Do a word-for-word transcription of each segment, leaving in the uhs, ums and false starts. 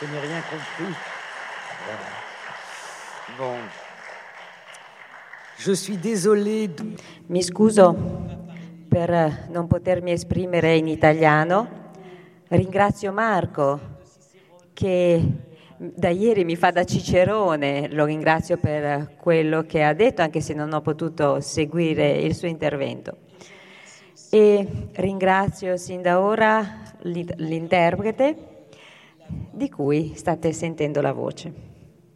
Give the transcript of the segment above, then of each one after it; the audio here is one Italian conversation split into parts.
Je n'ai rien compris. Bon. Je suis désolé. Mi scuso per non potermi esprimere in italiano. Ringrazio Marco che da ieri mi fa da cicerone, lo ringrazio per quello che ha detto, anche se non ho potuto seguire il suo intervento. E ringrazio sin da ora l'interprete di cui state sentendo la voce.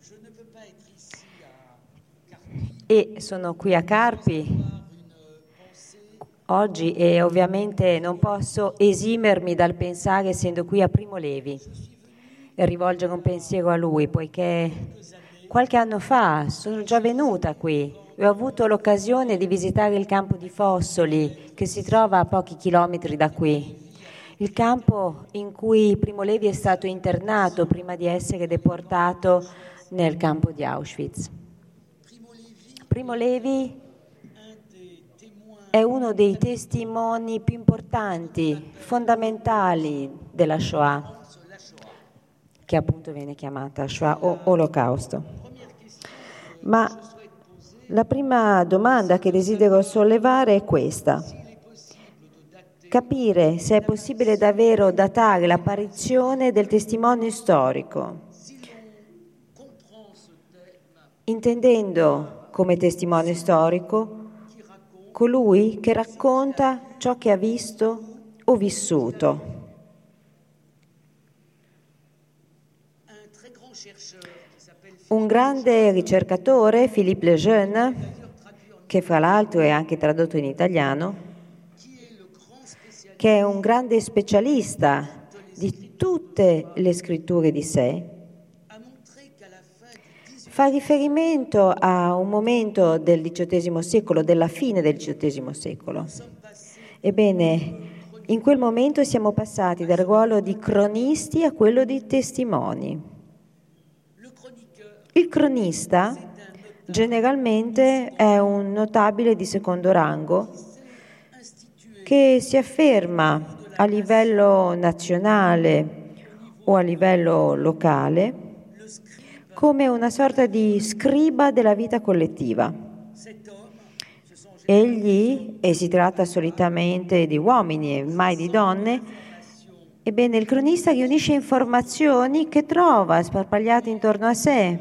E sono qui a Carpi oggi e ovviamente non posso esimermi dal pensare, essendo qui a Primo Levi, e rivolgere un pensiero a lui, poiché qualche anno fa sono già venuta qui e ho avuto l'occasione di visitare il campo di Fossoli, che si trova a pochi chilometri da qui. Il campo in cui Primo Levi è stato internato prima di essere deportato nel campo di Auschwitz. Primo Levi è uno dei testimoni più importanti, fondamentali della Shoah, che appunto viene chiamata Shoah o Olocausto. Ma la prima domanda che desidero sollevare è questa: capire se è possibile davvero datare l'apparizione del testimone storico, intendendo come testimone storico colui che racconta ciò che ha visto o vissuto. Un grande ricercatore, Philippe Lejeune, che fra l'altro è anche tradotto in italiano, che è un grande specialista di tutte le scritture di sé, fa riferimento a un momento del diciottesimo secolo, della fine del diciottesimo secolo. Ebbene, in quel momento siamo passati dal ruolo di cronisti a quello di testimoni. Il cronista generalmente è un notabile di secondo rango che si afferma a livello nazionale o a livello locale come una sorta di scriba della vita collettiva. Egli, e si tratta solitamente di uomini e mai di donne, ebbene il cronista riunisce informazioni che trova sparpagliate intorno a sé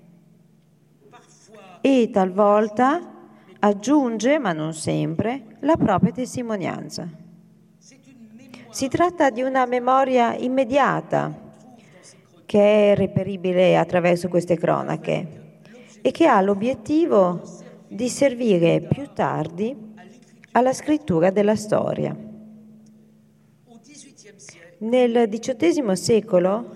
e talvolta aggiunge, ma non sempre, la propria testimonianza. Si tratta di una memoria immediata che è reperibile attraverso queste cronache e che ha l'obiettivo di servire più tardi alla scrittura della storia. Nel diciottesimo secolo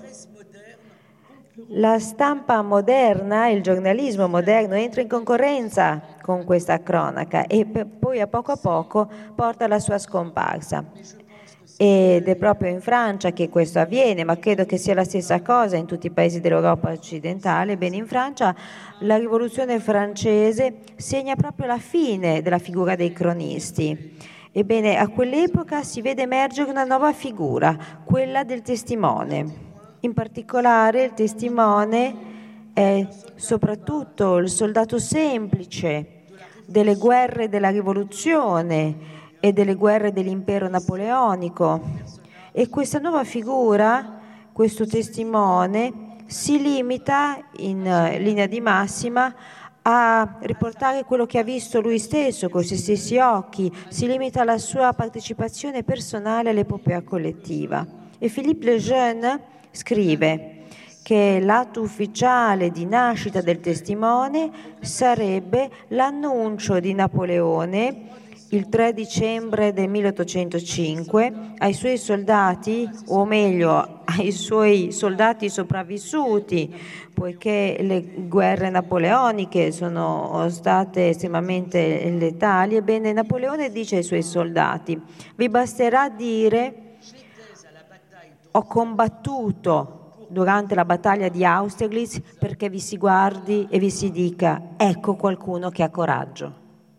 la stampa moderna, il giornalismo moderno entra in concorrenza con questa cronaca e poi a poco a poco porta alla sua scomparsa. Ed è proprio in Francia che questo avviene, ma credo che sia la stessa cosa in tutti i paesi dell'Europa occidentale. Bene, in Francia la rivoluzione francese segna proprio la fine della figura dei cronisti. Ebbene, a quell'epoca si vede emergere una nuova figura, quella del testimone. In particolare il testimone è soprattutto il soldato semplice delle guerre della rivoluzione e delle guerre dell'impero napoleonico. E questa nuova figura, questo testimone, si limita in linea di massima a riportare quello che ha visto lui stesso con i suoi stessi occhi, si limita alla sua partecipazione personale all'epopea collettiva. E Philippe Lejeune scrive che l'atto ufficiale di nascita del testimone sarebbe l'annuncio di Napoleone il tre dicembre del milleottocentocinque ai suoi soldati, o meglio ai suoi soldati sopravvissuti, poiché le guerre napoleoniche sono state estremamente letali. Ebbene, Napoleone dice ai suoi soldati: vi basterà dire ho combattuto durante la battaglia di Austerlitz perché vi si guardi e vi si dica ecco qualcuno che ha coraggio.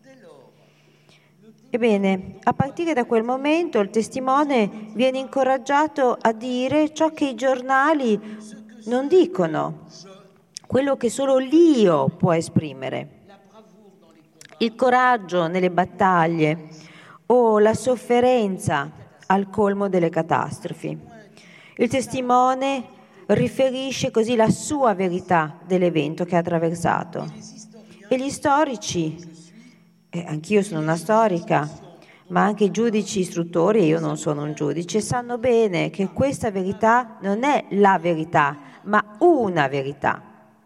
Ebbene, a partire da quel momento il testimone viene incoraggiato a dire ciò che i giornali non dicono quello che solo l'io può esprimere. Il coraggio nelle battaglie o la sofferenza al colmo delle catastrofi. Il testimone riferisce così la sua verità dell'evento che ha attraversato. E gli storici, eh, anch'io sono una storica, ma anche i giudici istruttori, io non sono un giudice, sanno bene che questa verità non è la verità, ma una verità.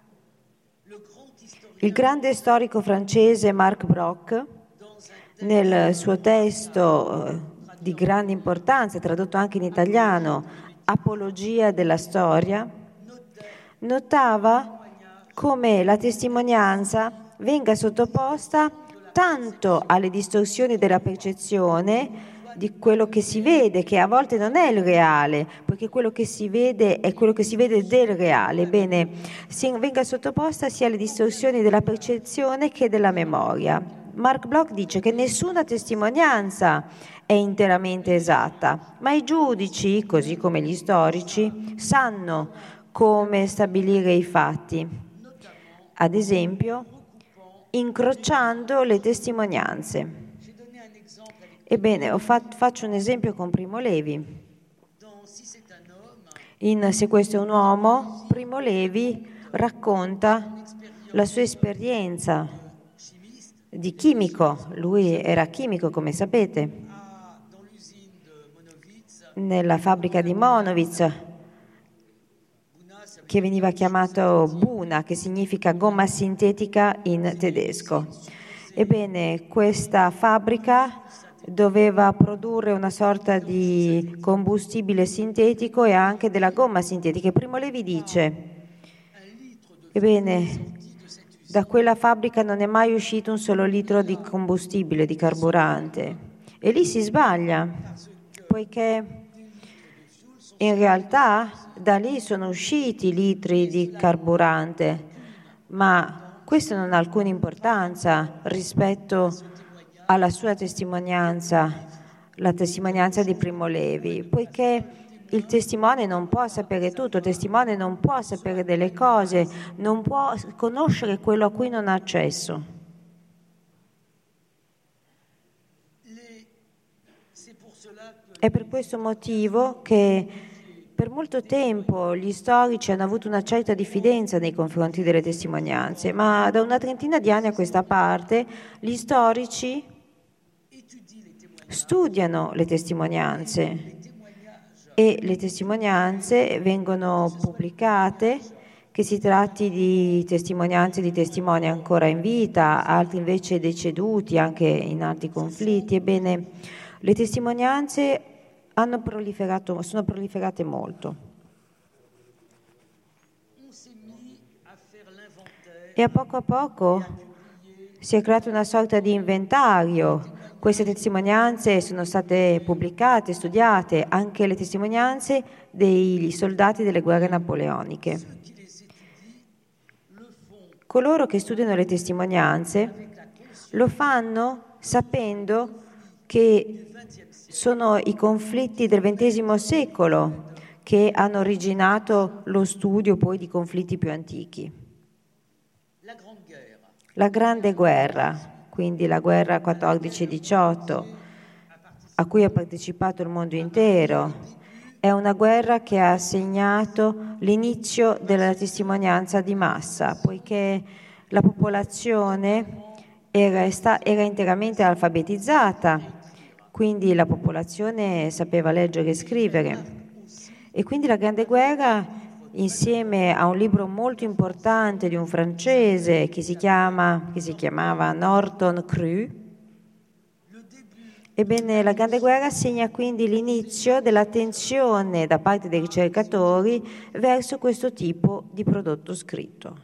Il grande storico francese Marc Bloch, nel suo testo di grande importanza, tradotto anche in italiano, Apologia della storia, notava come la testimonianza venga sottoposta tanto alle distorsioni della percezione di quello che si vede, che a volte non è il reale, perché quello che si vede è quello che si vede del reale. Bene, si venga sottoposta sia alle distorsioni della percezione che della memoria. Marc Bloch dice che nessuna testimonianza è interamente esatta, ma i giudici, così come gli storici, sanno come stabilire i fatti. Ad esempio, incrociando le testimonianze. Ebbene, ho fatto, faccio un esempio con Primo Levi. In Se questo è un uomo, Primo Levi racconta la sua esperienza di chimico. Lui era chimico, come sapete, nella fabbrica di Monowitz, che veniva chiamato Buna, che significa gomma sintetica in tedesco. Ebbene, questa fabbrica doveva produrre una sorta di combustibile sintetico e anche della gomma sintetica. E Primo Levi dice, ebbene, da quella fabbrica non è mai uscito un solo litro di combustibile, di carburante. E lì si sbaglia, poiché in realtà da lì sono usciti litri di carburante, ma questo non ha alcuna importanza rispetto alla sua testimonianza, la testimonianza di Primo Levi, poiché il testimone non può sapere tutto, il testimone non può sapere delle cose, non può conoscere quello a cui non ha accesso. È per questo motivo che per molto tempo gli storici hanno avuto una certa diffidenza nei confronti delle testimonianze, ma da una trentina di anni a questa parte gli storici studiano le testimonianze e le testimonianze vengono pubblicate, che si tratti di testimonianze di testimoni ancora in vita, altri invece deceduti anche in altri conflitti. Ebbene, le testimonianze hanno proliferato, sono proliferate molto. E a poco a poco si è creato una sorta di inventario. Queste testimonianze sono state pubblicate, studiate, anche le testimonianze dei soldati delle guerre napoleoniche. Coloro che studiano le testimonianze lo fanno sapendo che sono i conflitti del ventesimo secolo che hanno originato lo studio poi di conflitti più antichi. La Grande Guerra, quindi la guerra quattordici diciotto, a cui ha partecipato il mondo intero, è una guerra che ha segnato l'inizio della testimonianza di massa, poiché la popolazione era, era interamente alfabetizzata, quindi la popolazione sapeva leggere e scrivere. E quindi la Grande Guerra, insieme a un libro molto importante di un francese che si, chiama, che si chiamava Norton Creux, ebbene, la Grande Guerra segna quindi l'inizio dell'attenzione da parte dei ricercatori verso questo tipo di prodotto scritto.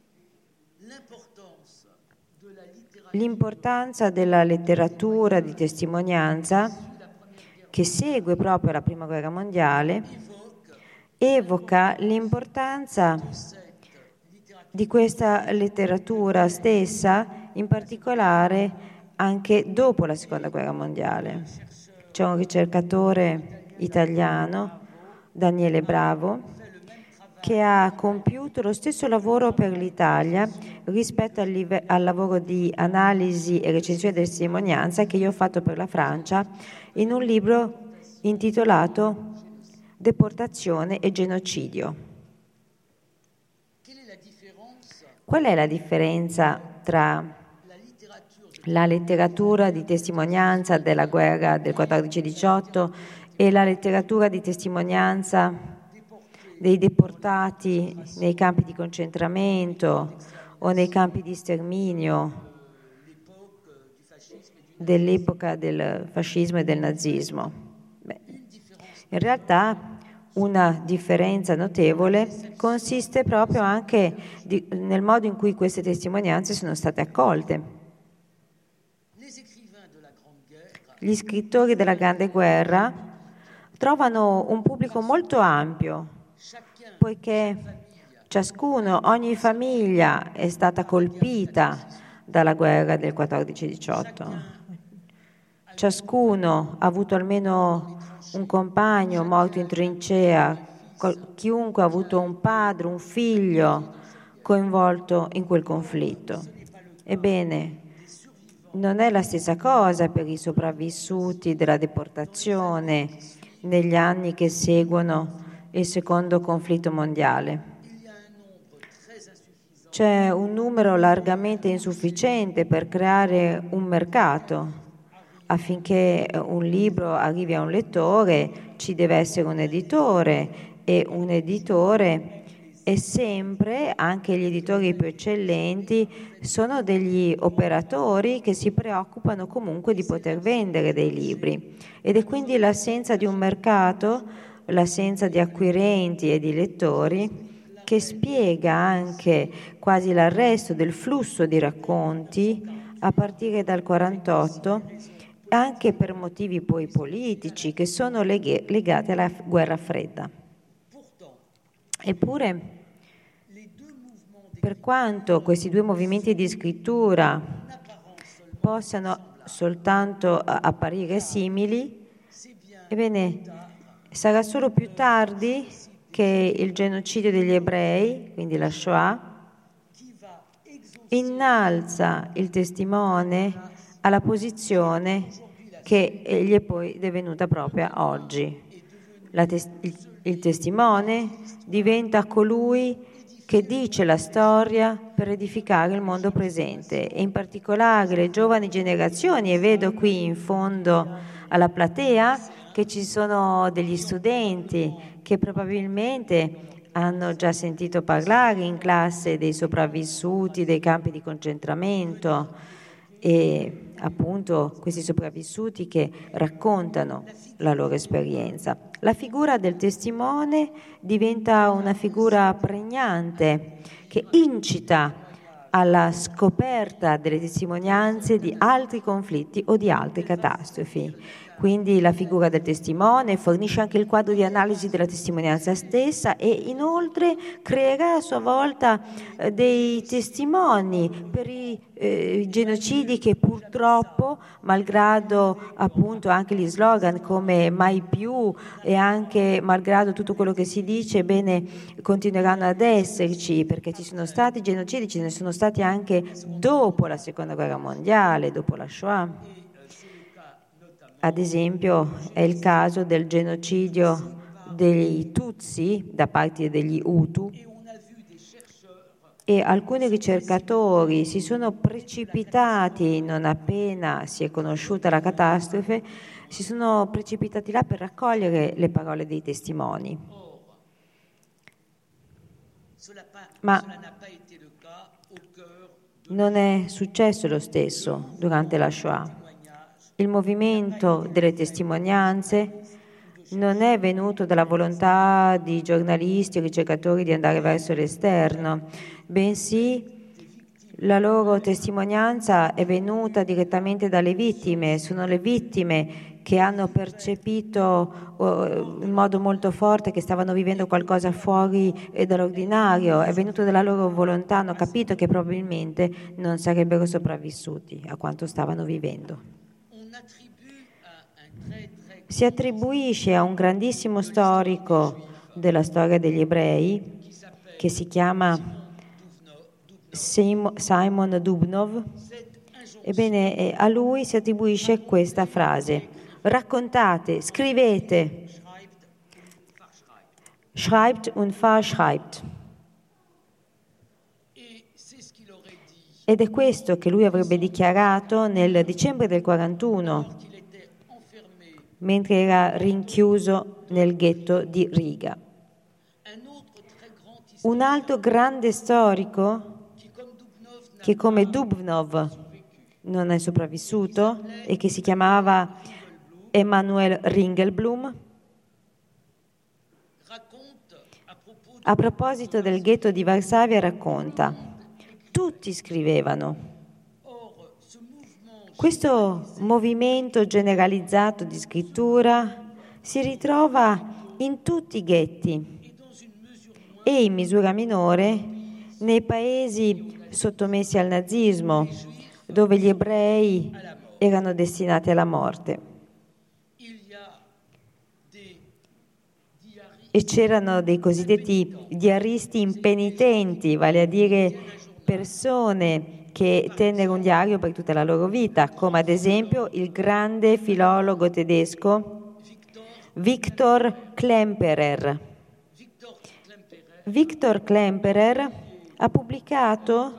L'importanza della letteratura di testimonianza, che segue proprio la Prima Guerra Mondiale, evoca l'importanza di questa letteratura stessa, in particolare anche dopo la Seconda Guerra Mondiale. C'è un ricercatore italiano, Daniele Bravo, che ha compiuto lo stesso lavoro per l'Italia rispetto al, live- al lavoro di analisi e recensione della testimonianza che io ho fatto per la Francia in un libro intitolato Deportazione e genocidio. Qual è la differenza tra la letteratura di testimonianza della guerra del quattordici diciotto e la letteratura di testimonianza dei deportati nei campi di concentramento o nei campi di sterminio dell'epoca del fascismo e del nazismo? Beh, in realtà una differenza notevole consiste proprio anche di, nel modo in cui queste testimonianze sono state accolte. Gli scrittori della Grande Guerra trovano un pubblico molto ampio, poiché ciascuno, ogni famiglia è stata colpita dalla guerra del quattordici diciotto. Ciascuno ha avuto almeno un compagno morto in trincea, chiunque ha avuto un padre, un figlio coinvolto in quel conflitto. Ebbene, non è la stessa cosa per i sopravvissuti della deportazione negli anni che seguono il secondo conflitto mondiale. C'è un numero largamente insufficiente per creare un mercato. Affinché un libro arrivi a un lettore ci deve essere un editore e un editore e sempre, anche gli editori più eccellenti, sono degli operatori che si preoccupano comunque di poter vendere dei libri. Ed è quindi l'assenza di un mercato, l'assenza di acquirenti e di lettori, che spiega anche quasi l'arresto del flusso di racconti a partire dal quarantotto, anche per motivi poi politici che sono leghe, legati alla guerra fredda. Eppure, per quanto questi due movimenti di scrittura possano soltanto apparire simili, ebbene, sarà solo più tardi che il genocidio degli ebrei, quindi la Shoah, innalza il testimone alla posizione che gli è poi divenuta propria oggi. La tes- il, il testimone diventa colui che dice la storia per edificare il mondo presente e in particolare le giovani generazioni, e vedo qui in fondo alla platea che ci sono degli studenti che probabilmente hanno già sentito parlare in classe dei sopravvissuti dei campi di concentramento e appunto questi sopravvissuti che raccontano la loro esperienza. La figura del testimone diventa una figura pregnante che incita alla scoperta delle testimonianze di altri conflitti o di altre catastrofi. Quindi la figura del testimone fornisce anche il quadro di analisi della testimonianza stessa e inoltre creerà a sua volta eh, dei testimoni per i eh, genocidi che purtroppo, malgrado appunto anche gli slogan come mai più e anche malgrado tutto quello che si dice, bene, continueranno ad esserci, perché ci sono stati genocidi, ce ne sono stati anche dopo la seconda guerra mondiale, dopo la Shoah. Ad esempio è il caso del genocidio dei Tutsi da parte degli Hutu e alcuni ricercatori si sono precipitati non appena si è conosciuta la catastrofe, si sono precipitati là per raccogliere le parole dei testimoni. Ma non è successo lo stesso durante la Shoah. Il movimento delle testimonianze non è venuto dalla volontà di giornalisti o ricercatori di andare verso l'esterno, bensì la loro testimonianza è venuta direttamente dalle vittime. Sono le vittime che hanno percepito uh, in modo molto forte che stavano vivendo qualcosa fuori dall'ordinario, è venuto dalla loro volontà, hanno capito che probabilmente non sarebbero sopravvissuti a quanto stavano vivendo. Si attribuisce a un grandissimo storico della storia degli ebrei che si chiama Simon Dubnov. Ebbene, a lui si attribuisce questa frase: raccontate, scrivete, schreibt und verschreibt. Ed è questo che lui avrebbe dichiarato nel dicembre del quarantuno, mentre era rinchiuso nel ghetto di Riga. Un altro grande storico, che come Dubnov non è sopravvissuto e che si chiamava Emanuel Ringelblum, a proposito del ghetto di Varsavia racconta: tutti scrivevano. Questo movimento generalizzato di scrittura si ritrova in tutti i ghetti e in misura minore nei paesi sottomessi al nazismo, dove gli ebrei erano destinati alla morte. E c'erano dei cosiddetti diaristi impenitenti, vale a dire persone che tennero un diario per tutta la loro vita, come ad esempio il grande filologo tedesco Victor Klemperer. Victor Klemperer ha pubblicato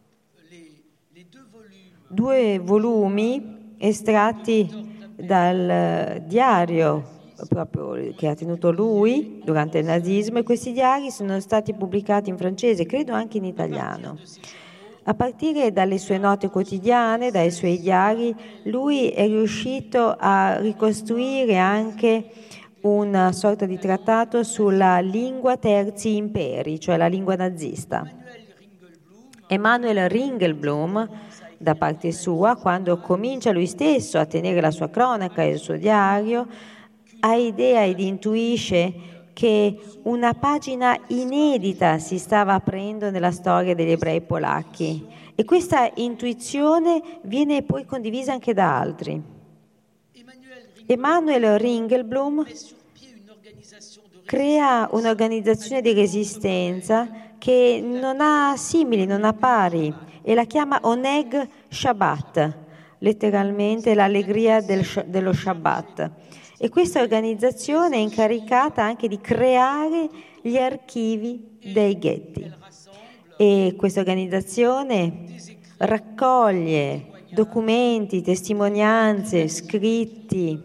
due volumi estratti dal diario proprio che ha tenuto lui durante il nazismo, e questi diari sono stati pubblicati in francese, credo anche in italiano. A partire dalle sue note quotidiane, dai suoi diari, lui è riuscito a ricostruire anche una sorta di trattato sulla lingua terzi imperi, cioè la lingua nazista. Emanuel Ringelblum, da parte sua, quando comincia lui stesso a tenere la sua cronaca e il suo diario, ha idea ed intuisce che una pagina inedita si stava aprendo nella storia degli ebrei polacchi, e questa intuizione viene poi condivisa anche da altri. Emanuel Ringelblum crea un'organizzazione di resistenza che non ha simili, non ha pari, e la chiama Oneg Shabbat, letteralmente l'allegria del, dello Shabbat. E questa organizzazione è incaricata anche di creare gli archivi dei ghetti. E questa organizzazione raccoglie documenti, testimonianze, scritti,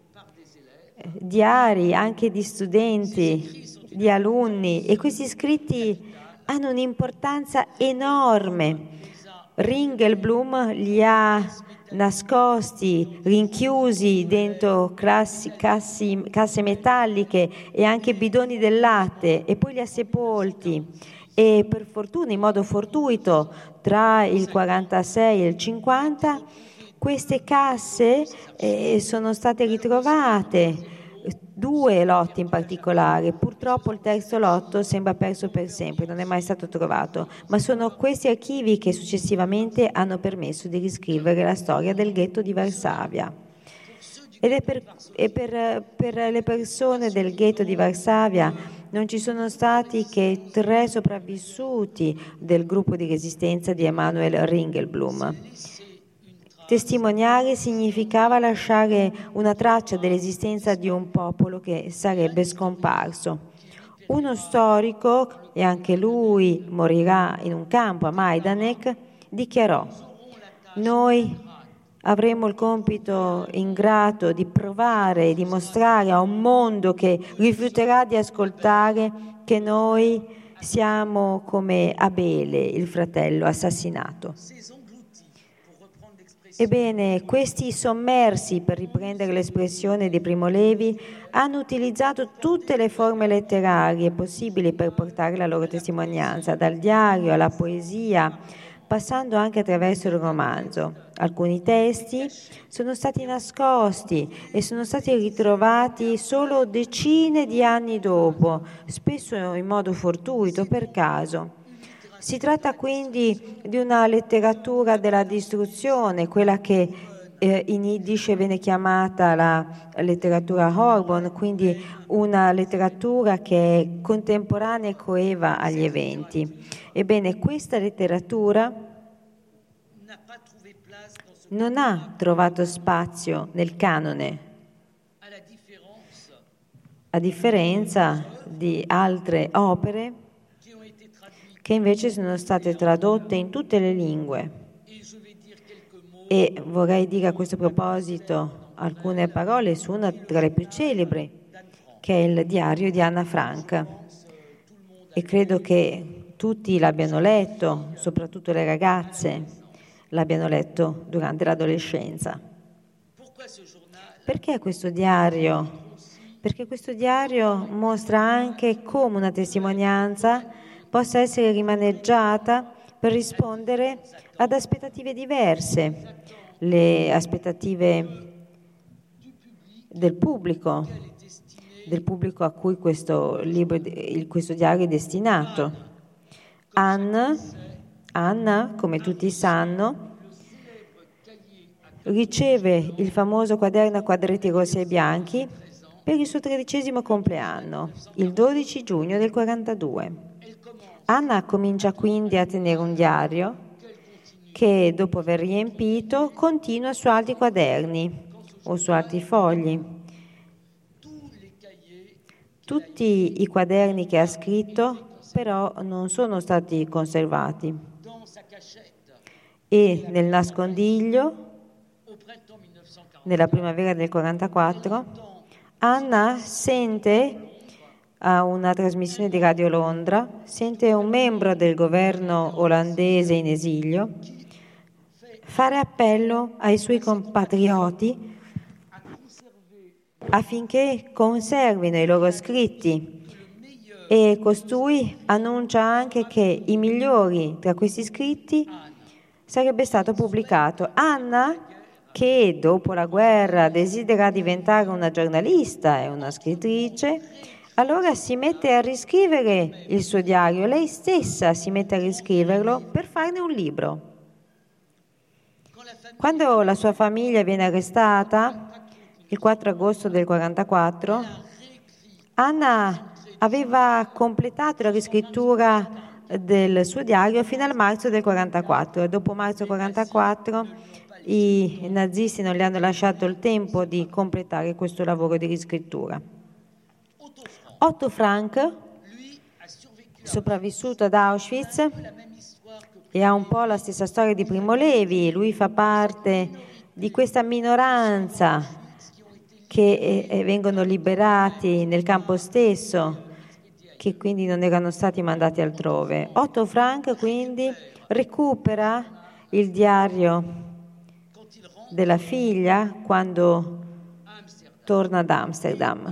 diari anche di studenti, di alunni, e questi scritti hanno un'importanza enorme. Ringelblum li ha nascosti, rinchiusi dentro classi, cassi, casse metalliche e anche bidoni del latte, e poi li ha sepolti. E per fortuna, in modo fortuito, tra il quarantasei e il cinquanta, queste casse eh, sono state ritrovate, due lotti in particolare. Purtroppo il terzo lotto sembra perso per sempre, non è mai stato trovato, ma sono questi archivi che successivamente hanno permesso di riscrivere la storia del ghetto di Varsavia. Ed è per, e per, per le persone del ghetto di Varsavia non ci sono stati che tre sopravvissuti del gruppo di resistenza di Emanuel Ringelblum. Testimoniare significava lasciare una traccia dell'esistenza di un popolo che sarebbe scomparso. Uno storico, e anche lui morirà in un campo a Majdanek, dichiarò: noi avremo il compito ingrato di provare e dimostrare a un mondo che rifiuterà di ascoltare che noi siamo come Abele, il fratello assassinato. Ebbene, questi sommersi, per riprendere l'espressione di Primo Levi, hanno utilizzato tutte le forme letterarie possibili per portare la loro testimonianza, dal diario alla poesia, passando anche attraverso il romanzo. Alcuni testi sono stati nascosti e sono stati ritrovati solo decine di anni dopo, spesso in modo fortuito, per caso. Si tratta quindi di una letteratura della distruzione, quella che eh, in Yiddish viene chiamata la letteratura Horban, quindi una letteratura che è contemporanea e coeva agli eventi. Ebbene, questa letteratura non ha trovato spazio nel canone, a differenza di altre opere che invece sono state tradotte in tutte le lingue. E vorrei dire a questo proposito alcune parole su una tra le più celebri, che è il diario di Anna Frank. E credo che tutti l'abbiano letto, soprattutto le ragazze l'abbiano letto durante l'adolescenza. Perché questo diario? Perché questo diario mostra anche come una testimonianza possa essere rimaneggiata per rispondere ad aspettative diverse, le aspettative del pubblico, del pubblico a cui questo, libro, questo diario è destinato. Anne, Anna, come tutti sanno, riceve il famoso quaderno a quadretti rossi e bianchi per il suo tredicesimo compleanno, il dodici giugno del quarantadue. Anna comincia quindi a tenere un diario che, dopo aver riempito, continua su altri quaderni o su altri fogli. Tutti i quaderni che ha scritto, però, non sono stati conservati. E nel nascondiglio, nella primavera del quarantaquattro, Anna sente a una trasmissione di Radio Londra, sente un membro del governo olandese in esilio fare appello ai suoi compatrioti affinché conservino i loro scritti, e costui annuncia anche che i migliori tra questi scritti sarebbe stato pubblicato. Anna, che dopo la guerra desidera diventare una giornalista e una scrittrice, allora si mette a riscrivere il suo diario, lei stessa si mette a riscriverlo per farne un libro. Quando la sua famiglia viene arrestata, il quattro agosto del quarantaquattro, Anna aveva completato la riscrittura del suo diario fino al marzo del quarantaquattro. Dopo marzo quarantaquattro i nazisti non le hanno lasciato il tempo di completare questo lavoro di riscrittura. Otto Frank, sopravvissuto ad Auschwitz, e ha un po' la stessa storia di Primo Levi. Lui fa parte di questa minoranza che eh, vengono liberati nel campo stesso, che quindi non erano stati mandati altrove. Otto Frank quindi recupera il diario della figlia quando torna ad Amsterdam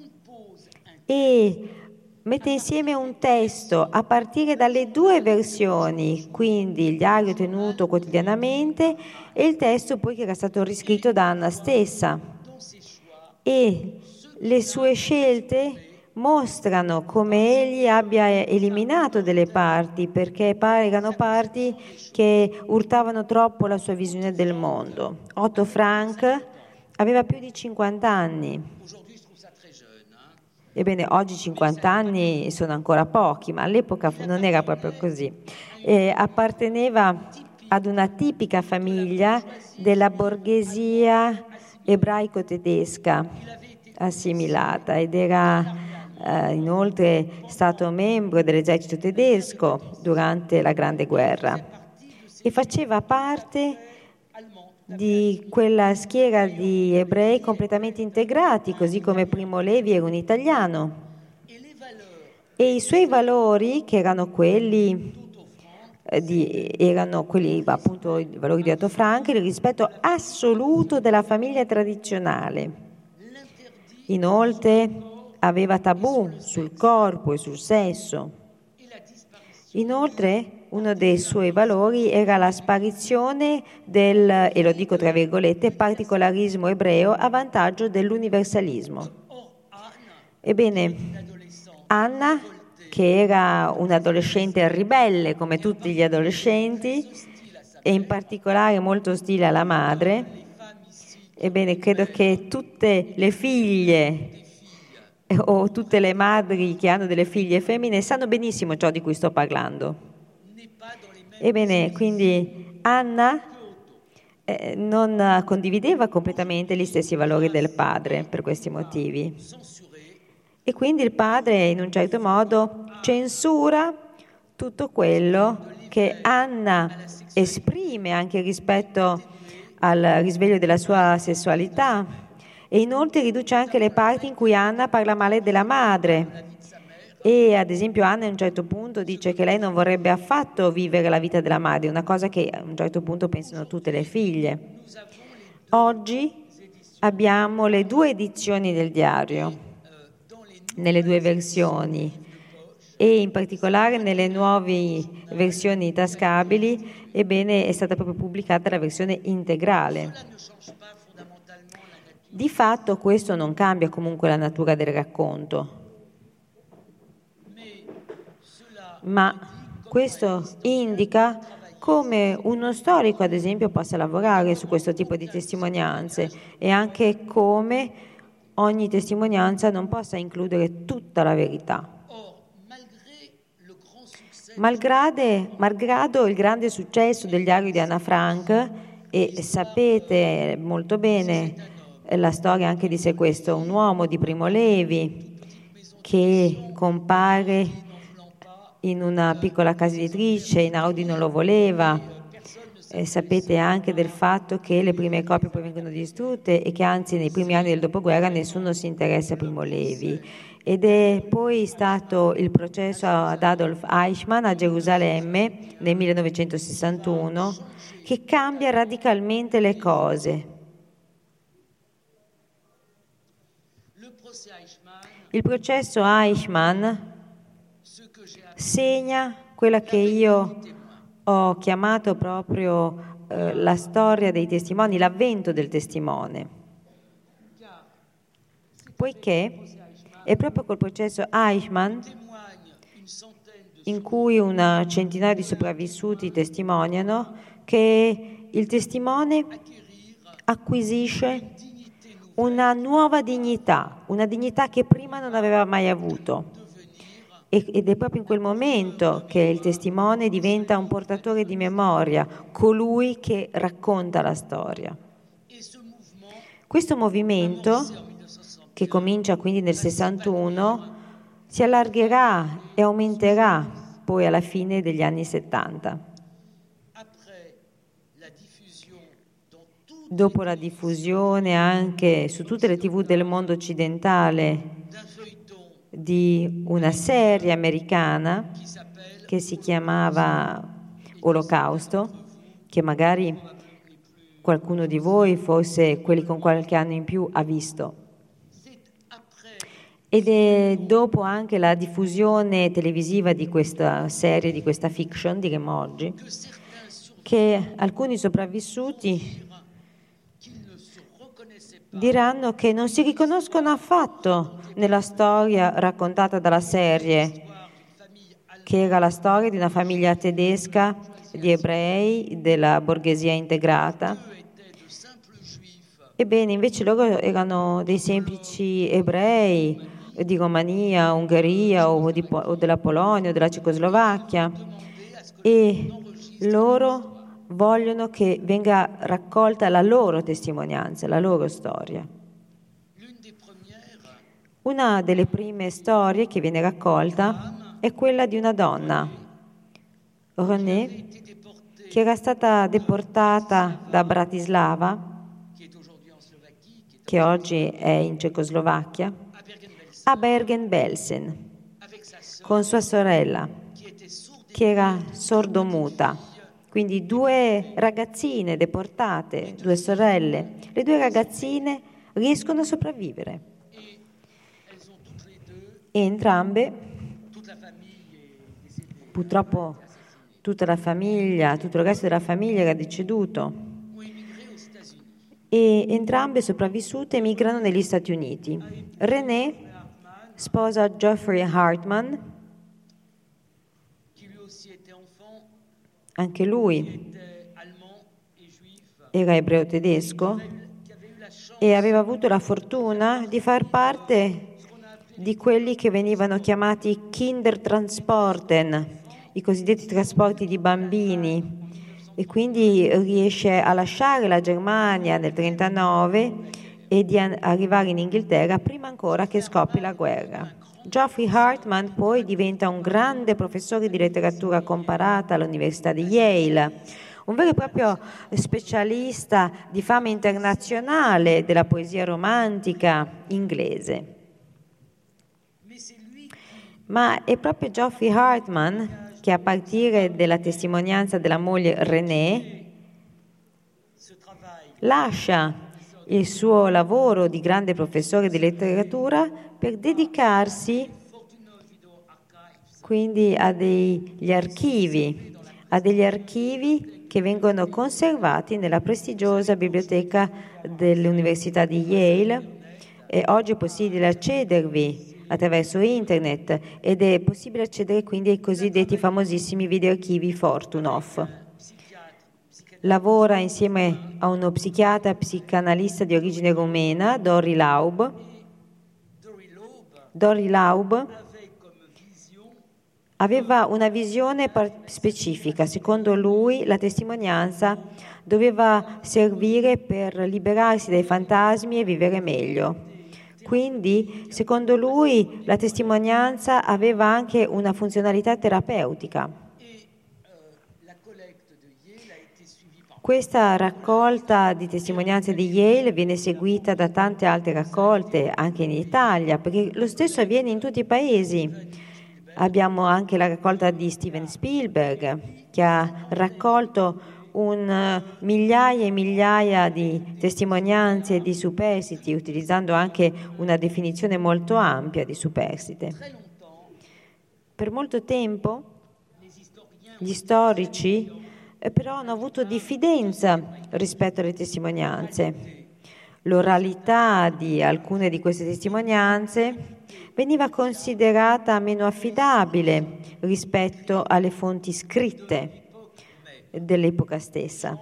e mette insieme un testo a partire dalle due versioni, quindi il diario tenuto quotidianamente e il testo poi che era stato riscritto da Anna stessa. E le sue scelte mostrano come egli abbia eliminato delle parti, perché erano parti che urtavano troppo la sua visione del mondo. Otto Frank aveva più di cinquanta anni. Ebbene, oggi cinquanta anni sono ancora pochi, ma all'epoca non era proprio così. E apparteneva ad una tipica famiglia della borghesia ebraico-tedesca assimilata ed era eh, inoltre stato membro dell'esercito tedesco durante la Grande Guerra e faceva parte di quella schiera di ebrei completamente integrati, così come Primo Levi era un italiano. E i suoi valori, che erano quelli eh, di, erano quelli appunto i valori di Otto Frank, il rispetto assoluto della famiglia tradizionale. Inoltre aveva tabù sul corpo e sul sesso. Inoltre uno dei suoi valori era la sparizione del, e lo dico tra virgolette, particolarismo ebreo a vantaggio dell'universalismo. Ebbene, Anna, che era un'adolescente ribelle come tutti gli adolescenti, e in particolare molto ostile alla madre, Ebbene, credo che tutte le figlie eh, o tutte le madri che hanno delle figlie femmine sanno benissimo ciò di cui sto parlando. Ebbene, quindi Anna eh, non condivideva completamente gli stessi valori del padre per questi motivi. E quindi il padre, in un certo modo, censura tutto quello che Anna esprime anche rispetto al risveglio della sua sessualità, e inoltre riduce anche le parti in cui Anna parla male della madre. E ad esempio Anna a un certo punto dice che lei non vorrebbe affatto vivere la vita della madre, una cosa che a un certo punto pensano tutte le figlie. Oggi abbiamo le due edizioni del diario, nelle due versioni, e in particolare nelle nuove versioni tascabili, ebbene è stata proprio pubblicata la versione integrale. Di fatto questo non cambia comunque la natura del racconto, ma questo indica come uno storico, ad esempio, possa lavorare su questo tipo di testimonianze, e anche come ogni testimonianza non possa includere tutta la verità. Malgrade, malgrado il grande successo del diario di Anna Frank, e sapete molto bene la storia anche di Se questo, un uomo di Primo Levi che compare in una piccola casa editrice, Einaudi non lo voleva, e sapete anche del fatto che le prime copie poi vengono distrutte e che anzi nei primi anni del dopoguerra nessuno si interessa a Primo Levi. Ed è poi stato il processo ad Adolf Eichmann a Gerusalemme nel millenovecentosessantuno che cambia radicalmente le cose. Il processo Eichmann segna quella che io ho chiamato proprio eh, la storia dei testimoni, l'avvento del testimone, poiché è proprio col processo Eichmann, in cui una centinaia di sopravvissuti testimoniano, che il testimone acquisisce una nuova dignità, una dignità che prima non aveva mai avuto. Ed è proprio in quel momento che il testimone diventa un portatore di memoria, colui che racconta la storia. Questo movimento, che comincia quindi nel sessantuno, si allargherà e aumenterà poi alla fine degli anni settanta. Dopo la diffusione anche su tutte le tivù del mondo occidentale di una serie americana che si chiamava Olocausto, che magari qualcuno di voi, forse quelli con qualche anno in più, ha visto. Ed è dopo anche la diffusione televisiva di questa serie, di questa fiction, diremmo oggi, che alcuni sopravvissuti diranno che non si riconoscono affatto nella storia raccontata dalla serie, che era la storia di una famiglia tedesca di ebrei della borghesia integrata. Ebbene, invece loro erano dei semplici ebrei di Romania, Ungheria o, di, o della Polonia o della Cecoslovacchia, e loro vogliono che venga raccolta la loro testimonianza, la loro storia. Una delle prime storie che viene raccolta è quella di una donna, René, che era stata deportata da Bratislava, che oggi è in Cecoslovacchia, a Bergen-Belsen, con sua sorella, che era sordomuta. Quindi due ragazzine deportate, due sorelle. Le due ragazzine riescono a sopravvivere. E entrambe, purtroppo tutta la famiglia, tutto il resto della famiglia era deceduto, e entrambe sopravvissute emigrano negli Stati Uniti. René sposa Geoffrey Hartman, anche lui era ebreo tedesco, e aveva avuto la fortuna di far parte di quelli che venivano chiamati Kindertransporten, i cosiddetti trasporti di bambini, e quindi riesce a lasciare la Germania nel trentanove e di an- arrivare in Inghilterra prima ancora che scoppi la guerra. Geoffrey Hartman poi diventa un grande professore di letteratura comparata all'Università di Yale, un vero e proprio specialista di fama internazionale della poesia romantica inglese. Ma è proprio Geoffrey Hartman che a partire dalla testimonianza della moglie Renée lascia il suo lavoro di grande professore di letteratura per dedicarsi quindi a degli archivi, a degli archivi che vengono conservati nella prestigiosa biblioteca dell'Università di Yale, e oggi è possibile accedervi attraverso internet ed è possibile accedere quindi ai cosiddetti famosissimi videoarchivi Fortunoff. Lavora insieme a uno psichiatra psicanalista di origine rumena, Dori Laub. Dori Laub aveva una visione specifica. Secondo lui la testimonianza doveva servire per liberarsi dai fantasmi e vivere meglio. Quindi, secondo lui, la testimonianza aveva anche una funzionalità terapeutica. Questa raccolta di testimonianze di Yale viene seguita da tante altre raccolte anche in Italia, perché lo stesso avviene in tutti i paesi. Abbiamo anche la raccolta di Steven Spielberg, che ha raccolto un migliaia e migliaia di testimonianze di superstiti, utilizzando anche una definizione molto ampia di superstite. Per molto tempo gli storici eh, però hanno avuto diffidenza rispetto alle testimonianze. L'oralità di alcune di queste testimonianze veniva considerata meno affidabile rispetto alle fonti scritte dell'epoca stessa.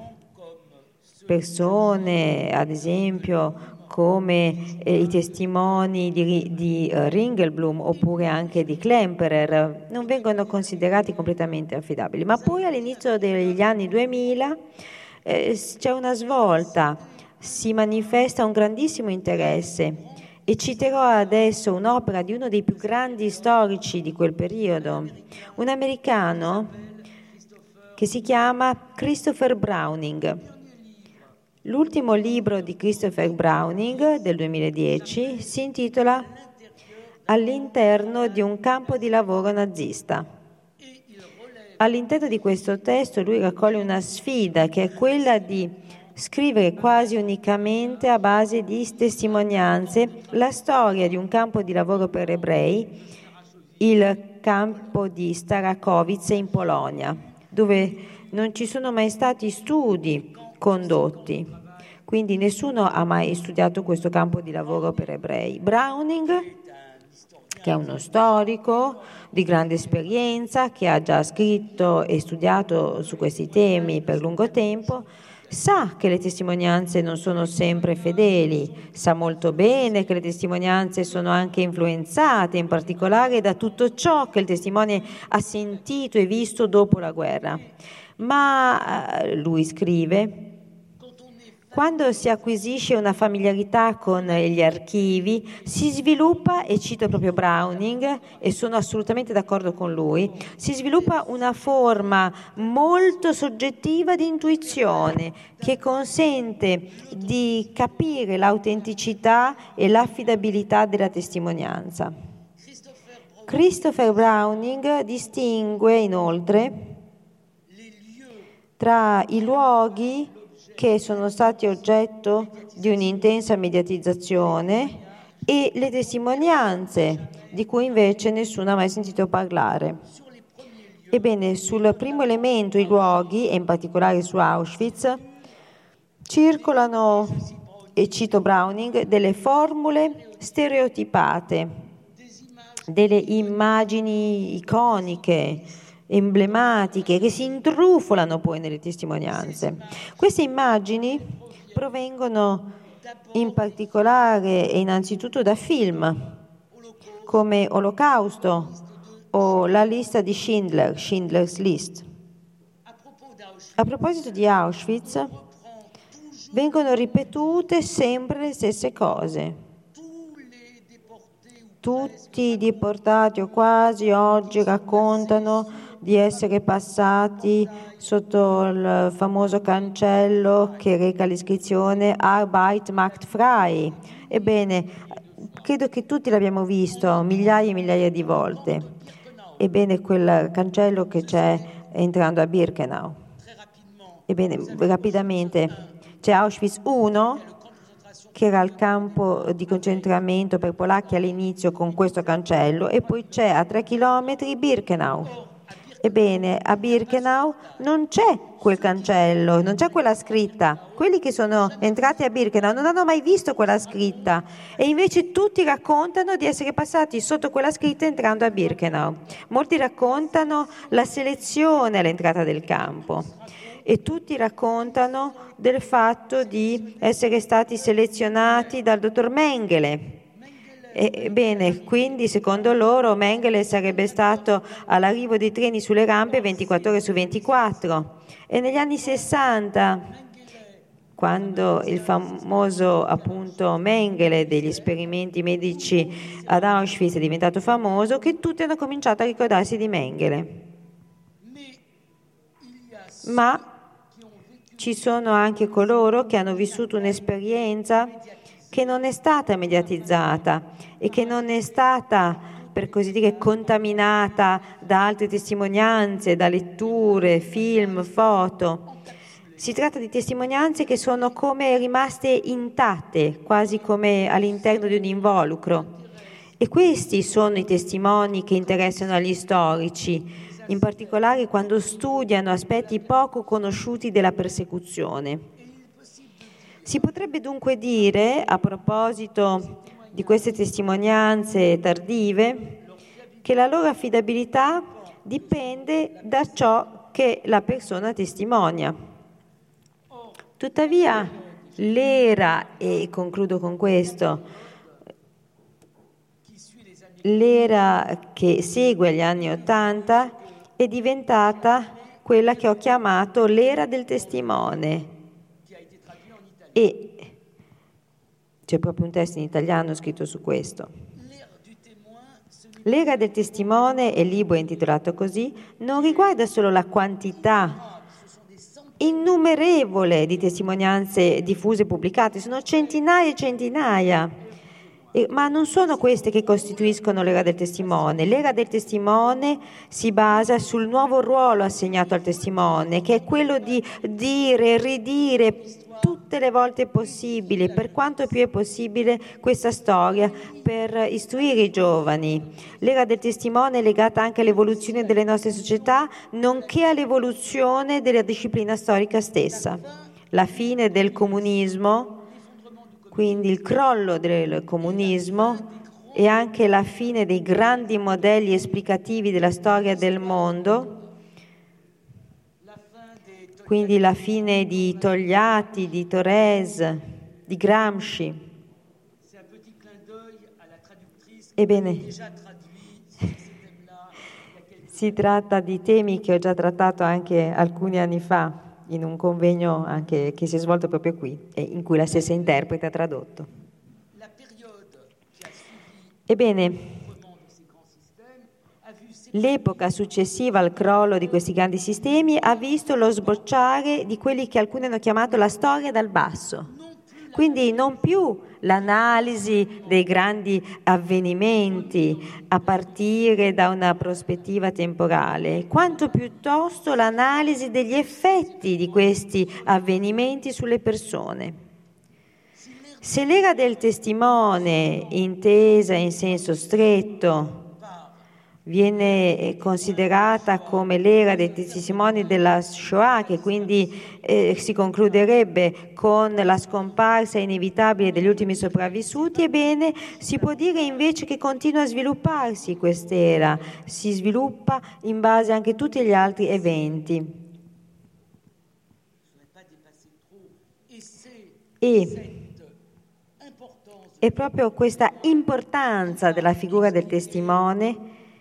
Persone, ad esempio, come eh, i testimoni di, di uh, Ringelblum oppure anche di Klemperer, non vengono considerati completamente affidabili. Ma poi all'inizio degli anni duemila eh, c'è una svolta, si manifesta un grandissimo interesse, e citerò adesso un'opera di uno dei più grandi storici di quel periodo, un americano che si chiama Christopher Browning. L'ultimo libro di Christopher Browning del duemiladieci si intitola All'interno di un campo di lavoro nazista. All'interno di questo testo lui raccoglie una sfida che è quella di scrivere quasi unicamente a base di testimonianze la storia di un campo di lavoro per ebrei, il campo di Starakowice in Polonia, dove non ci sono mai stati studi condotti, quindi nessuno ha mai studiato questo campo di lavoro per ebrei. Browning, che è uno storico di grande esperienza, che ha già scritto e studiato su questi temi per lungo tempo, sa che le testimonianze non sono sempre fedeli, sa molto bene che le testimonianze sono anche influenzate, in particolare da tutto ciò che il testimone ha sentito e visto dopo la guerra. Ma lui scrive: quando si acquisisce una familiarità con gli archivi, si sviluppa, e cito proprio Browning, e sono assolutamente d'accordo con lui, si sviluppa una forma molto soggettiva di intuizione che consente di capire l'autenticità e l'affidabilità della testimonianza. Christopher Browning distingue inoltre tra i luoghi che sono stati oggetto di un'intensa mediatizzazione e le testimonianze di cui invece nessuno ha mai sentito parlare. Ebbene, sul primo elemento, i luoghi, e in particolare su Auschwitz, circolano, e cito Browning, delle formule stereotipate, delle immagini iconiche, emblematiche, che si intrufolano poi nelle testimonianze. Queste immagini provengono in particolare e innanzitutto da film come Olocausto o La lista di Schindler, Schindler's List. A proposito di Auschwitz, vengono ripetute sempre le stesse cose. Tutti i deportati o quasi oggi raccontano di essere passati sotto il famoso cancello che reca l'iscrizione Arbeit macht frei. Ebbene, credo che tutti l'abbiamo visto migliaia e migliaia di volte. Ebbene, quel cancello che c'è entrando a Birkenau. Ebbene, rapidamente, c'è Auschwitz uno, che era il campo di concentramento per polacchi all'inizio con questo cancello, e poi c'è a tre chilometri Birkenau. Ebbene, a Birkenau non c'è quel cancello, non c'è quella scritta. Quelli che sono entrati a Birkenau non hanno mai visto quella scritta e invece tutti raccontano di essere passati sotto quella scritta entrando a Birkenau. Molti raccontano la selezione all'entrata del campo e tutti raccontano del fatto di essere stati selezionati dal dottor Mengele. Ebbene, quindi secondo loro Mengele sarebbe stato all'arrivo dei treni sulle rampe ventiquattro ore su ventiquattro. E negli anni sessanta, quando il famoso appunto Mengele degli esperimenti medici ad Auschwitz è diventato famoso, che tutti hanno cominciato a ricordarsi di Mengele. Ma ci sono anche coloro che hanno vissuto un'esperienza che non è stata mediatizzata e che non è stata, per così dire, contaminata da altre testimonianze, da letture, film, foto. Si tratta di testimonianze che sono come rimaste intatte, quasi come all'interno di un involucro. E questi sono i testimoni che interessano agli storici, in particolare quando studiano aspetti poco conosciuti della persecuzione. Si potrebbe dunque dire, a proposito di queste testimonianze tardive, che la loro affidabilità dipende da ciò che la persona testimonia. Tuttavia, l'era, e concludo con questo, l'era che segue gli anni Ottanta è diventata quella che ho chiamato l'era del testimone. E c'è proprio un testo in italiano scritto su questo. L'era del testimone, il libro è intitolato così, non riguarda solo la quantità innumerevole di testimonianze diffuse e pubblicate, sono centinaia e centinaia, e, ma non sono queste che costituiscono l'era del testimone. L'era del testimone si basa sul nuovo ruolo assegnato al testimone, che è quello di dire, ridire tutte le volte possibili, per quanto più è possibile, questa storia per istruire i giovani. L'era del testimone è legata anche all'evoluzione delle nostre società, nonché all'evoluzione della disciplina storica stessa. La fine del comunismo, quindi il crollo del comunismo, e anche la fine dei grandi modelli esplicativi della storia del mondo, quindi la fine di Togliatti, di Thorez, di Gramsci. Ebbene, si tratta di temi che ho già trattato anche alcuni anni fa in un convegno anche che si è svolto proprio qui e in cui la stessa interprete ha tradotto. Ebbene, l'epoca successiva al crollo di questi grandi sistemi ha visto lo sbocciare di quelli che alcuni hanno chiamato la storia dal basso. Quindi non più l'analisi dei grandi avvenimenti a partire da una prospettiva temporale, quanto piuttosto l'analisi degli effetti di questi avvenimenti sulle persone. Se l'era del testimone, intesa in senso stretto, viene considerata come l'era dei testimoni della Shoah, che quindi eh, si concluderebbe con la scomparsa inevitabile degli ultimi sopravvissuti, ebbene si può dire invece che continua a svilupparsi quest'era, si sviluppa in base anche a tutti gli altri eventi. E è proprio questa importanza della figura del testimone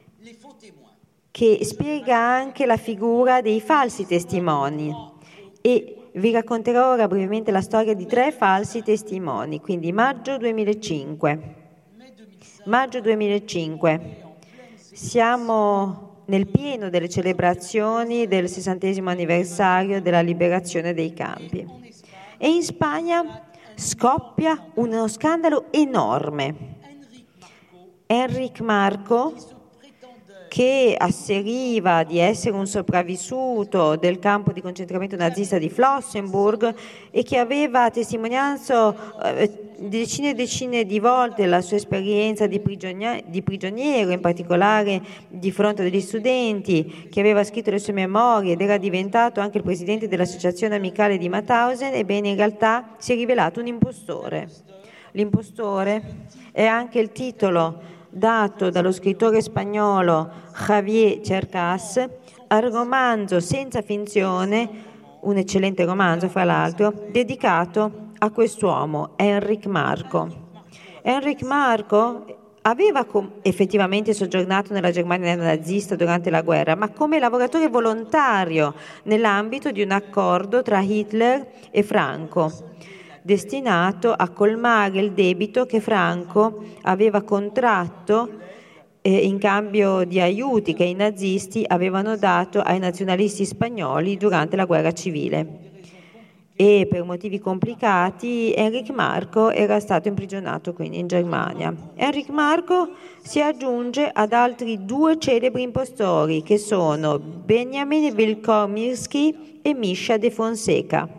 che spiega anche la figura dei falsi testimoni. E vi racconterò ora brevemente la storia di tre falsi testimoni. Quindi maggio duemilacinque. Maggio duemilacinque. Siamo nel pieno delle celebrazioni del sessantesimo anniversario della liberazione dei campi. E in Spagna scoppia uno scandalo enorme. Enric Marco, che asseriva di essere un sopravvissuto del campo di concentramento nazista di Flossenburg e che aveva testimoniato eh, decine e decine di volte la sua esperienza di, prigionier- di prigioniero, in particolare di fronte degli studenti, che aveva scritto le sue memorie ed era diventato anche il presidente dell'associazione amicale di Mauthausen, ebbene in realtà si è rivelato un impostore. L'impostore è anche il titolo dato dallo scrittore spagnolo Javier Cercas al romanzo Senza finzione, un eccellente romanzo fra l'altro, dedicato a quest'uomo, Enric Marco. Enric Marco aveva com- effettivamente soggiornato nella Germania nazista durante la guerra, ma come lavoratore volontario nell'ambito di un accordo tra Hitler e Franco, destinato a colmare il debito che Franco aveva contratto eh, in cambio di aiuti che i nazisti avevano dato ai nazionalisti spagnoli durante la guerra civile. E per motivi complicati Enric Marco era stato imprigionato quindi in Germania. Enric Marco si aggiunge ad altri due celebri impostori che sono Benjamin Wilkomirski e Misha de Fonseca.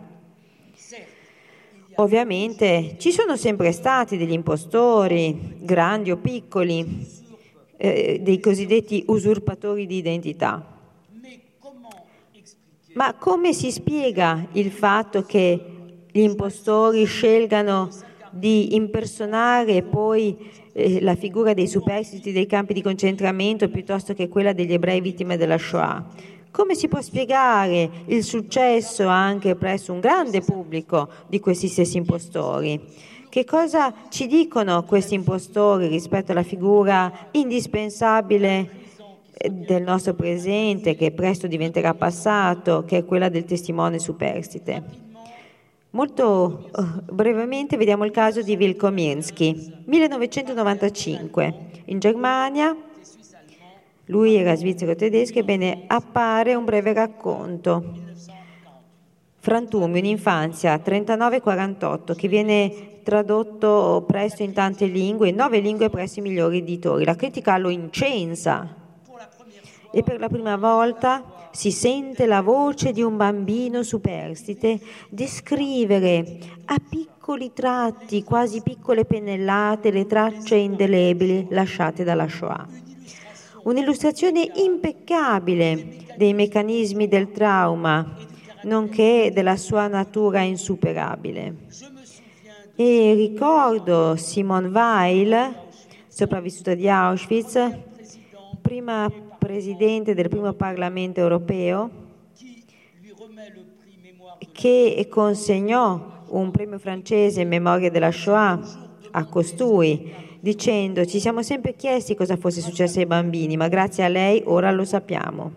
Ovviamente ci sono sempre stati degli impostori, grandi o piccoli, eh, dei cosiddetti usurpatori di identità. Ma come si spiega il fatto che gli impostori scelgano di impersonare poi eh, la figura dei superstiti dei campi di concentramento piuttosto che quella degli ebrei vittime della Shoah? Come si può spiegare il successo anche presso un grande pubblico di questi stessi impostori? Che cosa ci dicono questi impostori rispetto alla figura indispensabile del nostro presente, che presto diventerà passato, che è quella del testimone superstite? Molto uh, brevemente vediamo il caso di Wilkomirski, millenovecentonovantacinque, in Germania. Lui era svizzero-tedesco, ebbene appare un breve racconto, Frantumi, un'infanzia, trentanove quarantotto, che viene tradotto presto in tante lingue, in nove lingue presso i migliori editori. La critica lo incensa e per la prima volta si sente la voce di un bambino superstite descrivere a piccoli tratti, quasi piccole pennellate, le tracce indelebili lasciate dalla Shoah. Un'illustrazione impeccabile dei meccanismi del trauma, nonché della sua natura insuperabile. E ricordo Simone Weil, sopravvissuta di Auschwitz, prima presidente del primo Parlamento europeo, che consegnò un premio francese in memoria della Shoah a costui, dicendo: ci siamo sempre chiesti cosa fosse successo ai bambini, ma grazie a lei ora lo sappiamo.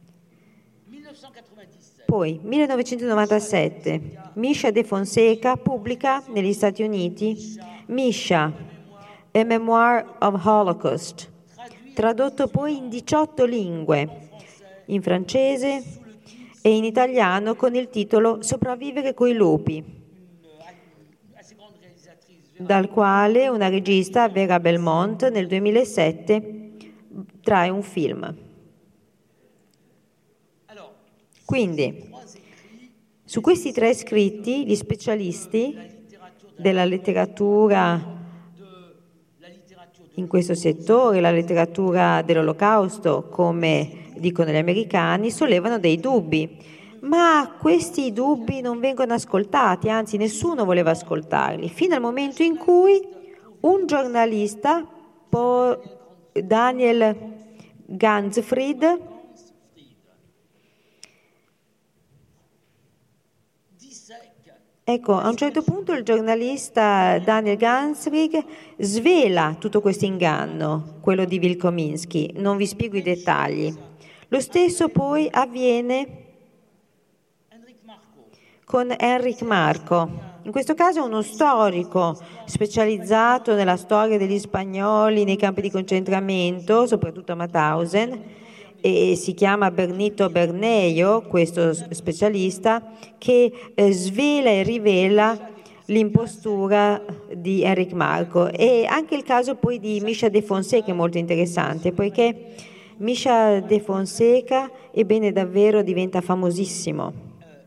Poi, millenovecentonovantasette, Misha de Fonseca pubblica negli Stati Uniti Misha, A Memoir of Holocaust, tradotto poi in diciotto lingue, in francese e in italiano con il titolo Sopravvivere coi lupi, dal quale una regista, Vera Belmont, nel duemilasette trae un film. Quindi, su questi tre scritti, gli specialisti della letteratura in questo settore, la letteratura dell'Olocausto, come dicono gli americani, sollevano dei dubbi. Ma questi dubbi non vengono ascoltati, anzi nessuno voleva ascoltarli, fino al momento in cui un giornalista, Daniel Ganzfried, Ecco, a un certo punto il giornalista Daniel Gansrig svela tutto questo inganno, quello di Wilkominski. Non vi spiego i dettagli. Lo stesso poi avviene con Enric Marco. In questo caso è uno storico specializzato nella storia degli spagnoli nei campi di concentramento, soprattutto a Mauthausen, e si chiama Bernito Berneio, questo specialista, che eh, svela e rivela l'impostura di Enric Marco. E anche il caso poi di Misha de Fonseca è molto interessante, poiché Misha de Fonseca, ebbene, davvero diventa famosissimo.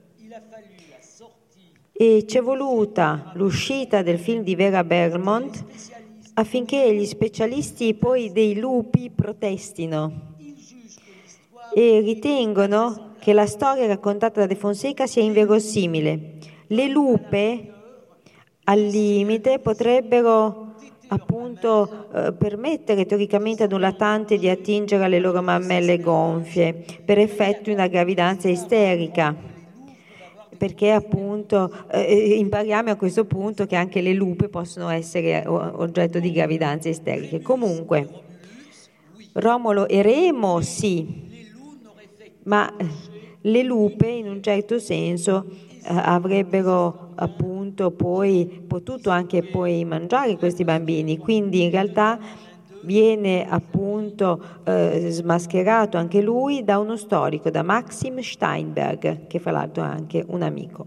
E c'è voluta l'uscita del film di Vera Belmont affinché gli specialisti poi dei lupi protestino e ritengono che la storia raccontata da De Fonseca sia inverosimile. Le lupe, al limite, potrebbero appunto eh, permettere teoricamente ad un lattante di attingere alle loro mammelle gonfie per effetto di una gravidanza isterica, perché appunto eh, impariamo a questo punto che anche le lupe possono essere oggetto di gravidanze isteriche. Comunque, Romolo e Remo sì, ma le lupe in un certo senso eh, avrebbero appunto poi potuto anche poi mangiare questi bambini, quindi in realtà viene appunto eh, smascherato anche lui da uno storico, da Maxim Steinberg, che fra l'altro è anche un amico.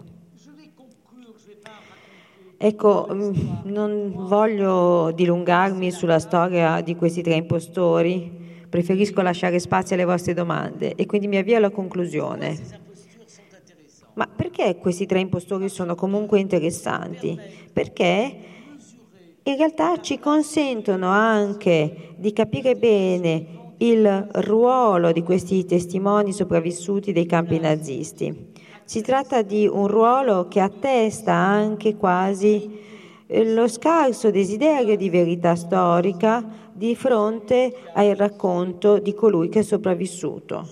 Ecco, non voglio dilungarmi sulla storia di questi tre impostori, preferisco lasciare spazio alle vostre domande e quindi mi avvio alla conclusione. Ma perché questi tre impostori sono comunque interessanti? Perché in realtà ci consentono anche di capire bene il ruolo di questi testimoni sopravvissuti dei campi nazisti. Si tratta di un ruolo che attesta anche quasi lo scarso desiderio di verità storica di fronte al racconto di colui che è sopravvissuto.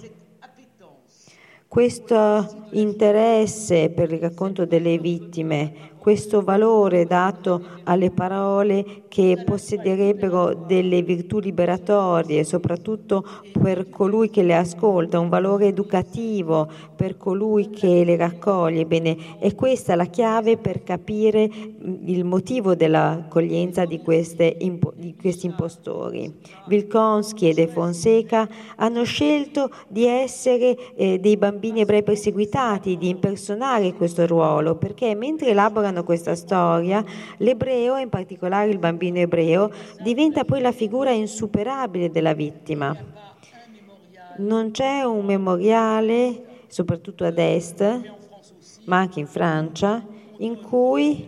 Questo interesse per il racconto delle vittime, questo valore dato alle parole che possederebbero delle virtù liberatorie, soprattutto per colui che le ascolta, un valore educativo per colui che le raccoglie. Bene, è questa la chiave per capire il motivo dell'accoglienza di, queste, di questi impostori. Wilkominski e De Fonseca hanno scelto di essere eh, dei bambini ebrei perseguitati, di impersonare questo ruolo, perché mentre elaborano questa storia, l'ebreo, in particolare il bambino ebreo, diventa poi la figura insuperabile della vittima. Non c'è un memoriale, soprattutto ad est, ma anche in Francia, in cui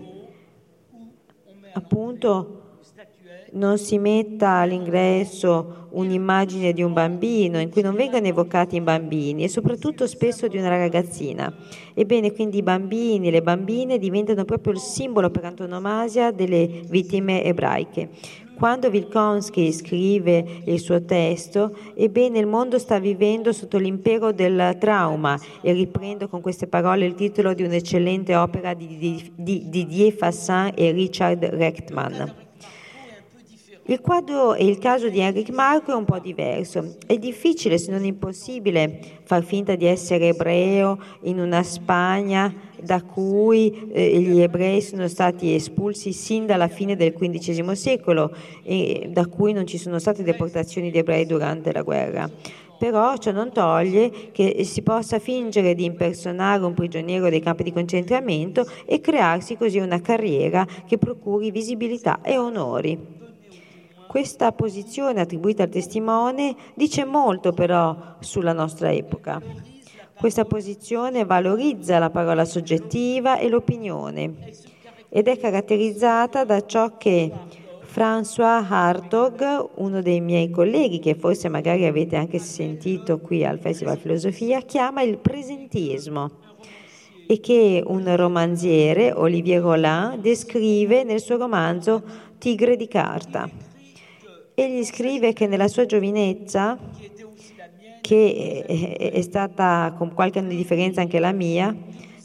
appunto non si metta all'ingresso un'immagine di un bambino, in cui non vengano evocati i bambini e soprattutto spesso di una ragazzina. Ebbene, quindi i bambini e le bambine diventano proprio il simbolo per antonomasia delle vittime ebraiche. Quando Wilkominski scrive il suo testo, ebbene il mondo sta vivendo sotto l'impero del trauma, e riprendo con queste parole il titolo di un'eccellente opera di, di, di Didier Fassin e Richard Rechtman. Il quadro e il caso di Enric Marco è un po' diverso. È difficile, se non impossibile, far finta di essere ebreo in una Spagna da cui eh, gli ebrei sono stati espulsi sin dalla fine del quindicesimo secolo e da cui non ci sono state deportazioni di ebrei durante la guerra. Però ciò non toglie che si possa fingere di impersonare un prigioniero dei campi di concentramento e crearsi così una carriera che procuri visibilità e onori. Questa posizione attribuita al testimone dice molto però sulla nostra epoca. Questa posizione valorizza la parola soggettiva e l'opinione ed è caratterizzata da ciò che François Hartog, uno dei miei colleghi, che forse magari avete anche sentito qui al Festival Filosofia, chiama il presentismo e che un romanziere, Olivier Rollin, descrive nel suo romanzo Tigre di carta. Egli scrive che nella sua giovinezza, che è stata con qualche anno di differenza anche la mia,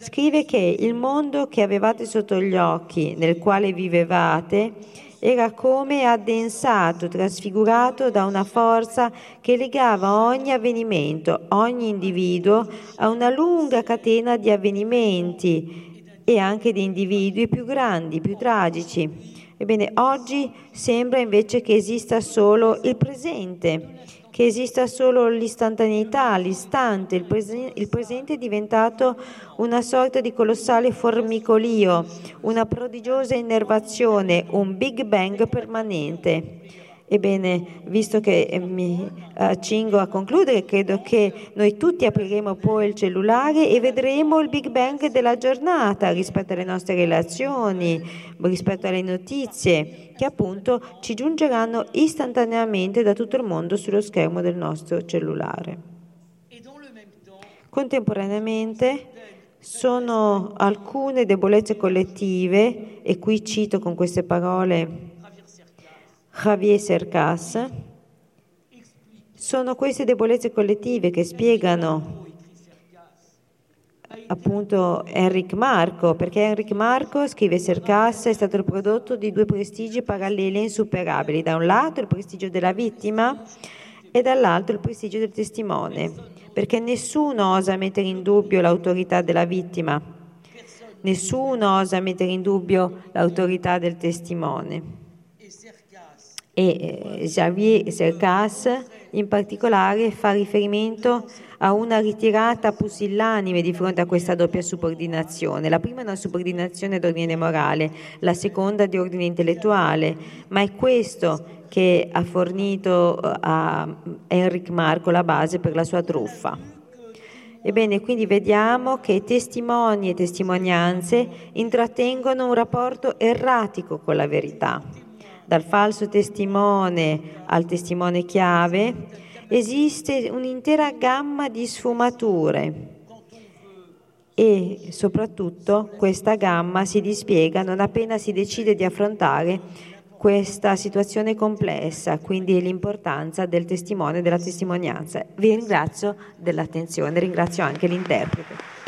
Scrive che il mondo che avevate sotto gli occhi, nel quale vivevate, era come addensato, trasfigurato da una forza che legava ogni avvenimento, ogni individuo a una lunga catena di avvenimenti e anche di individui più grandi, più tragici. Ebbene, oggi sembra invece che esista solo il presente, che esista solo l'istantaneità, l'istante. Il, presen- il presente è diventato una sorta di colossale formicolio, una prodigiosa innervazione, un Big Bang permanente. Ebbene, visto che eh, mi accingo a concludere, credo che noi tutti apriremo poi il cellulare e vedremo il Big Bang della giornata rispetto alle nostre relazioni, rispetto alle notizie, che appunto ci giungeranno istantaneamente da tutto il mondo sullo schermo del nostro cellulare. Contemporaneamente sono alcune debolezze collettive, e qui cito con queste parole Javier Cercas, sono queste debolezze collettive che spiegano appunto Enric Marco, perché Enric Marco, scrive Cercas, è stato il prodotto di due prestigi paralleli e insuperabili: da un lato il prestigio della vittima e dall'altro il prestigio del testimone, perché nessuno osa mettere in dubbio l'autorità della vittima, nessuno osa mettere in dubbio l'autorità del testimone. E eh, Javier Cercas in particolare fa riferimento a una ritirata pusillanime di fronte a questa doppia subordinazione. La prima è una subordinazione d'ordine morale, la seconda di ordine intellettuale, ma è questo che ha fornito a Enric Marco la base per la sua truffa. Ebbene, quindi vediamo che testimoni e testimonianze intrattengono un rapporto erratico con la verità. Dal falso testimone al testimone chiave esiste un'intera gamma di sfumature e soprattutto questa gamma si dispiega non appena si decide di affrontare questa situazione complessa, quindi l'importanza del testimone e della testimonianza. Vi ringrazio dell'attenzione, ringrazio anche l'interprete.